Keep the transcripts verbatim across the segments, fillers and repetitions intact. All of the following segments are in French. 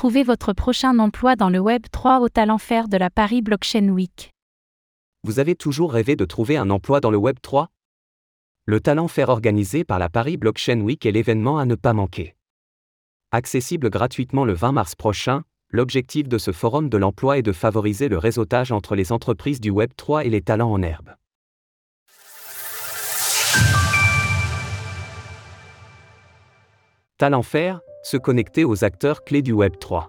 Trouvez votre prochain emploi dans le Web trois au Talent Fair de la Paris Blockchain Week. Vous avez toujours rêvé de trouver un emploi dans le Web trois? Le Talent Fair organisé par la Paris Blockchain Week est l'événement à ne pas manquer. Accessible gratuitement le vingt mars prochain, l'objectif de ce forum de l'emploi est de favoriser le réseautage entre les entreprises du Web trois et les talents en herbe. Talent Fair, se connecter aux acteurs clés du Web trois.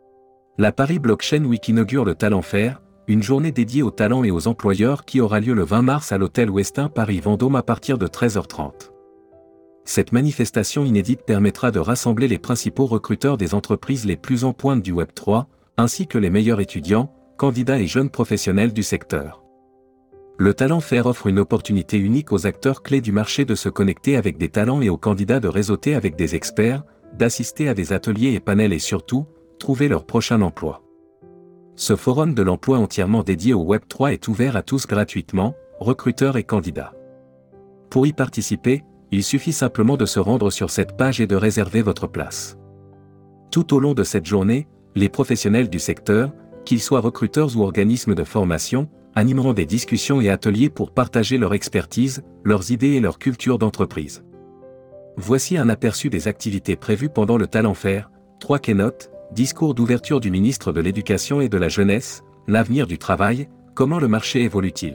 La Paris Blockchain Week inaugure le Talent Fair, une journée dédiée aux talents et aux employeurs qui aura lieu le vingt mars à l'hôtel Westin Paris Vendôme à partir de treize heures trente. Cette manifestation inédite permettra de rassembler les principaux recruteurs des entreprises les plus en pointe du Web trois, ainsi que les meilleurs étudiants, candidats et jeunes professionnels du secteur. Le Talent Fair offre une opportunité unique aux acteurs clés du marché de se connecter avec des talents et aux candidats de réseauter avec des experts, d'assister à des ateliers et panels et surtout, trouver leur prochain emploi. Ce forum de l'emploi entièrement dédié au Web trois est ouvert à tous gratuitement, recruteurs et candidats. Pour y participer, il suffit simplement de se rendre sur cette page et de réserver votre place. Tout au long de cette journée, les professionnels du secteur, qu'ils soient recruteurs ou organismes de formation, animeront des discussions et ateliers pour partager leur expertise, leurs idées et leur culture d'entreprise. Voici un aperçu des activités prévues pendant le Talent Fair, trois keynotes, discours d'ouverture du ministre de l'Éducation et de la Jeunesse, l'avenir du travail, comment le marché évolue-t-il?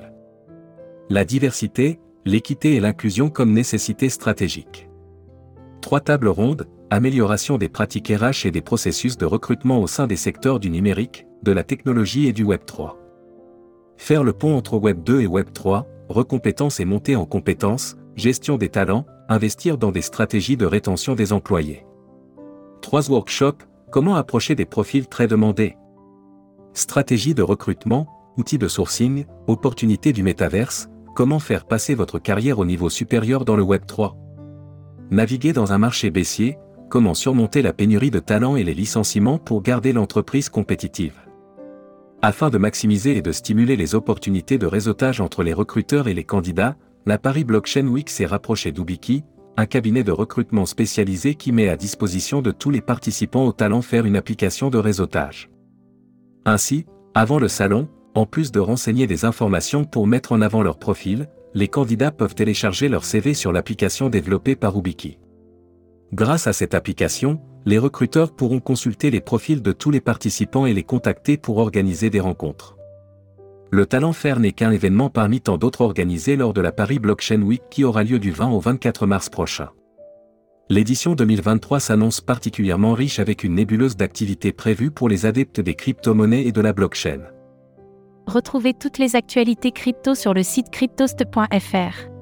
La diversité, l'équité et l'inclusion comme nécessité stratégique. Trois tables rondes, amélioration des pratiques R H et des processus de recrutement au sein des secteurs du numérique, de la technologie et du Web trois. Faire le pont entre Web deux et Web trois, recompétence et montée en compétences, gestion des talents, investir dans des stratégies de rétention des employés. Trois workshops, comment approcher des profils très demandés. Stratégie de recrutement, outils de sourcing, opportunités du métaverse, comment faire passer votre carrière au niveau supérieur dans le Web trois. Naviguer dans un marché baissier, comment surmonter la pénurie de talents et les licenciements pour garder l'entreprise compétitive. Afin de maximiser et de stimuler les opportunités de réseautage entre les recruteurs et les candidats, la Paris Blockchain Week s'est rapprochée d'Ubiki, un cabinet de recrutement spécialisé qui met à disposition de tous les participants au Talent Fair une application de réseautage. Ainsi, avant le salon, en plus de renseigner des informations pour mettre en avant leur profil, les candidats peuvent télécharger leur C V sur l'application développée par Ubiki. Grâce à cette application, les recruteurs pourront consulter les profils de tous les participants et les contacter pour organiser des rencontres. Le Talent Fair n'est qu'un événement parmi tant d'autres organisés lors de la Paris Blockchain Week qui aura lieu du vingt au vingt-quatre mars prochain. L'édition deux mille vingt-trois s'annonce particulièrement riche avec une nébuleuse d'activités prévues pour les adeptes des crypto-monnaies et de la blockchain. Retrouvez toutes les actualités crypto sur le site cryptost point f r.